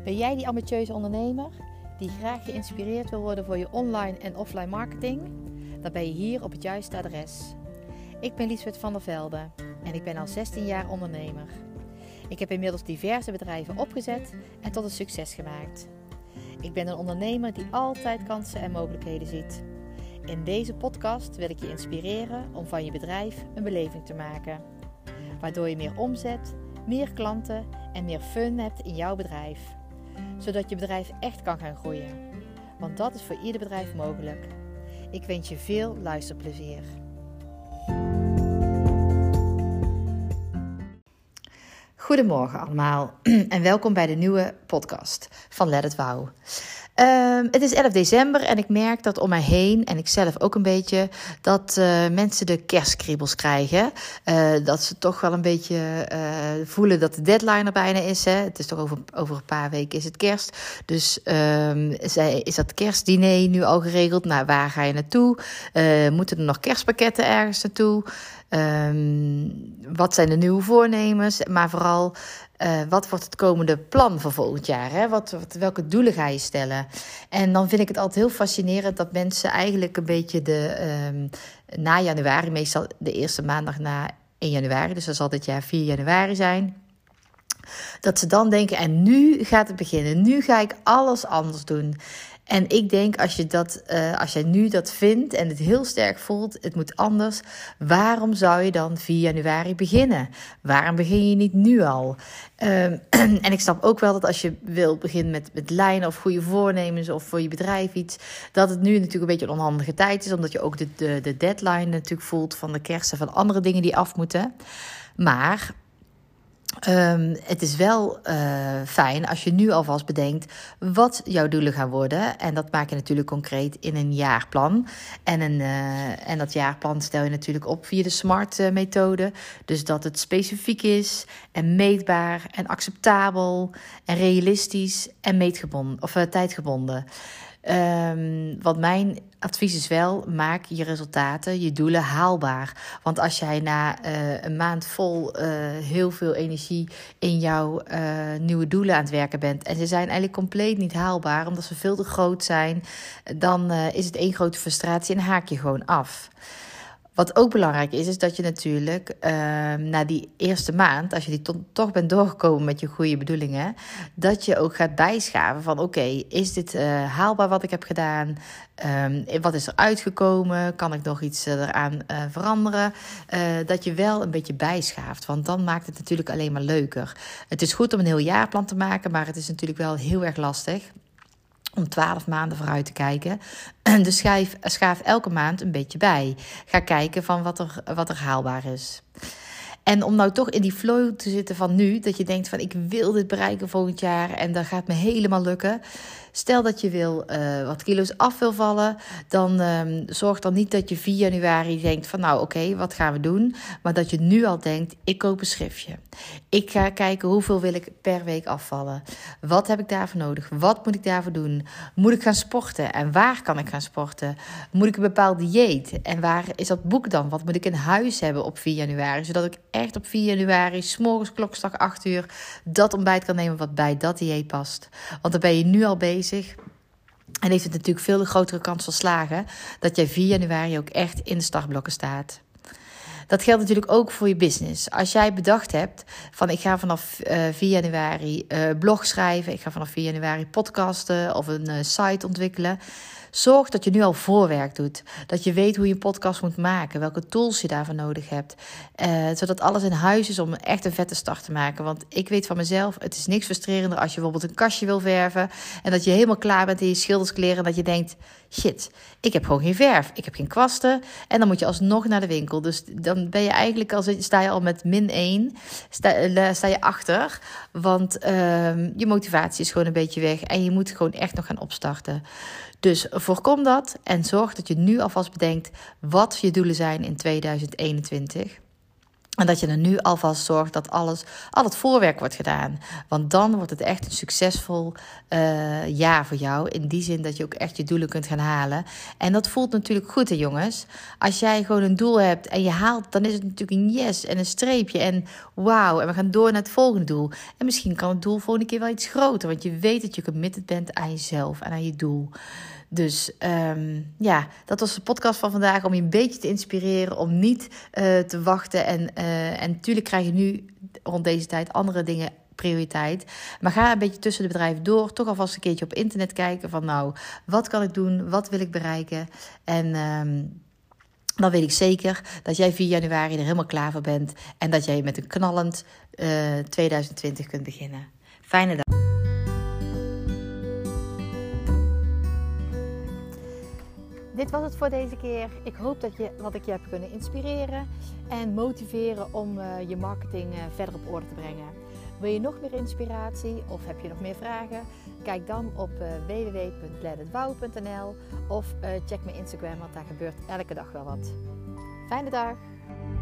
Ben jij die ambitieuze ondernemer die graag geïnspireerd wil worden voor je online en offline marketing? Dan ben je hier op het juiste adres. Ik ben Liesbeth van der Velde en ik ben al 16 jaar ondernemer. Ik heb inmiddels diverse bedrijven opgezet en tot een succes gemaakt. Ik ben een ondernemer die altijd kansen en mogelijkheden ziet. In deze podcast wil ik je inspireren om van je bedrijf een beleving te maken. Waardoor je meer omzet, meer klanten en meer fun hebt in jouw bedrijf. Zodat je bedrijf echt kan gaan groeien. Want dat is voor ieder bedrijf mogelijk. Ik wens je veel luisterplezier. Goedemorgen allemaal en welkom bij de nieuwe podcast van Let It Wow. Het is 11 december en ik merk dat om mij heen, en ik zelf ook een beetje, dat mensen de kerstkriebels krijgen. Dat ze toch wel een beetje voelen dat de deadline er bijna is. Hè? Het is toch over een paar weken is het kerst. Dus is dat kerstdiner nu al geregeld? Nou, waar ga je naartoe? Moeten er nog kerstpakketten ergens naartoe? Wat zijn de nieuwe voornemens? Maar vooral, wat wordt het komende plan voor volgend jaar? Hè? Welke doelen ga je stellen? En dan vind ik het altijd heel fascinerend dat mensen eigenlijk een beetje na januari, meestal de eerste maandag na 1 januari, dus dat zal dit jaar 4 januari zijn, dat ze dan denken, en nu gaat het beginnen. Nu ga ik alles anders doen. En ik denk, als jij nu dat vindt en het heel sterk voelt, het moet anders, waarom zou je dan 4 januari beginnen? Waarom begin je niet nu al? En ik snap ook wel dat als je wil beginnen met lijnen of goede voornemens of voor je bedrijf iets, dat het nu natuurlijk een beetje een onhandige tijd is, omdat je ook de deadline natuurlijk voelt van de kerst en van andere dingen die af moeten. Maar het is wel fijn als je nu alvast bedenkt wat jouw doelen gaan worden. En dat maak je natuurlijk concreet in een jaarplan. En dat jaarplan stel je natuurlijk op via de SMART-methode. Dus dat het specifiek is en meetbaar en acceptabel en realistisch en tijdgebonden. Want mijn advies is wel, maak je resultaten, je doelen haalbaar. Want als jij na een maand vol heel veel energie in jouw nieuwe doelen aan het werken bent en ze zijn eigenlijk compleet niet haalbaar omdat ze veel te groot zijn, dan is het één grote frustratie en haak je gewoon af. Wat ook belangrijk is dat je natuurlijk na die eerste maand, als je die toch bent doorgekomen met je goede bedoelingen, dat je ook gaat bijschaven van oké, is dit haalbaar wat ik heb gedaan? Wat is er uitgekomen? Kan ik nog iets eraan veranderen? Dat je wel een beetje bijschaaft, want dan maakt het natuurlijk alleen maar leuker. Het is goed om een heel jaarplan te maken, maar het is natuurlijk wel heel erg lastig om 12 maanden vooruit te kijken. Dus schaaf elke maand een beetje bij. Ga kijken van wat er haalbaar is. En om nou toch in die flow te zitten van nu, dat je denkt van ik wil dit bereiken volgend jaar en dat gaat me helemaal lukken. Stel dat je wat kilo's af wil vallen, dan zorg dan niet dat je 4 januari denkt van nou oké, wat gaan we doen? Maar dat je nu al denkt, ik koop een schriftje. Ik ga kijken hoeveel wil ik per week afvallen. Wat heb ik daarvoor nodig? Wat moet ik daarvoor doen? Moet ik gaan sporten? En waar kan ik gaan sporten? Moet ik een bepaald dieet? En waar is dat boek dan? Wat moet ik in huis hebben op 4 januari? Zodat ik echt op 4 januari, 's morgens klokslag 8 uur, dat ontbijt kan nemen wat bij dat dieet past. Want dan ben je nu al bezig. En heeft het natuurlijk veel grotere kans van slagen dat jij 4 januari ook echt in de startblokken staat. Dat geldt natuurlijk ook voor je business. Als jij bedacht hebt van ik ga vanaf 4 januari blog schrijven, ik ga vanaf 4 januari podcasten of een site ontwikkelen. Zorg dat je nu al voorwerk doet. Dat je weet hoe je een podcast moet maken. Welke tools je daarvoor nodig hebt. Zodat alles in huis is om echt een vette start te maken. Want ik weet van mezelf, het is niks frustrerender als je bijvoorbeeld een kastje wil verven. En dat je helemaal klaar bent in je schilderskleren. En dat je denkt, shit, ik heb gewoon geen verf. Ik heb geen kwasten. En dan moet je alsnog naar de winkel. Dus dan ben je eigenlijk sta je al met -1. Sta je achter. Want je motivatie is gewoon een beetje weg. En je moet gewoon echt nog gaan opstarten. Dus voorkom dat en zorg dat je nu alvast bedenkt wat je doelen zijn in 2021. En dat je er nu alvast zorgt dat al het voorwerk wordt gedaan. Want dan wordt het echt een succesvol jaar voor jou. In die zin dat je ook echt je doelen kunt gaan halen. En dat voelt natuurlijk goed, hè jongens. Als jij gewoon een doel hebt en je haalt, dan is het natuurlijk een yes en een streepje. En wauw, en we gaan door naar het volgende doel. En misschien kan het doel volgende keer wel iets groter. Want je weet dat je committed bent aan jezelf en aan je doel. Dus dat was de podcast van vandaag om je een beetje te inspireren om niet te wachten. En natuurlijk krijg je nu rond deze tijd andere dingen prioriteit. Maar ga een beetje tussen de bedrijven door. Toch alvast een keertje op internet kijken van nou, wat kan ik doen? Wat wil ik bereiken? En dan weet ik zeker dat jij 4 januari er helemaal klaar voor bent. En dat jij met een knallend 2020 kunt beginnen. Fijne dag. Dit was het voor deze keer. Ik hoop dat wat ik je heb kunnen inspireren en motiveren om je marketing verder op orde te brengen. Wil je nog meer inspiratie of heb je nog meer vragen? Kijk dan op www.letitwow.nl of check mijn Instagram, want daar gebeurt elke dag wel wat. Fijne dag!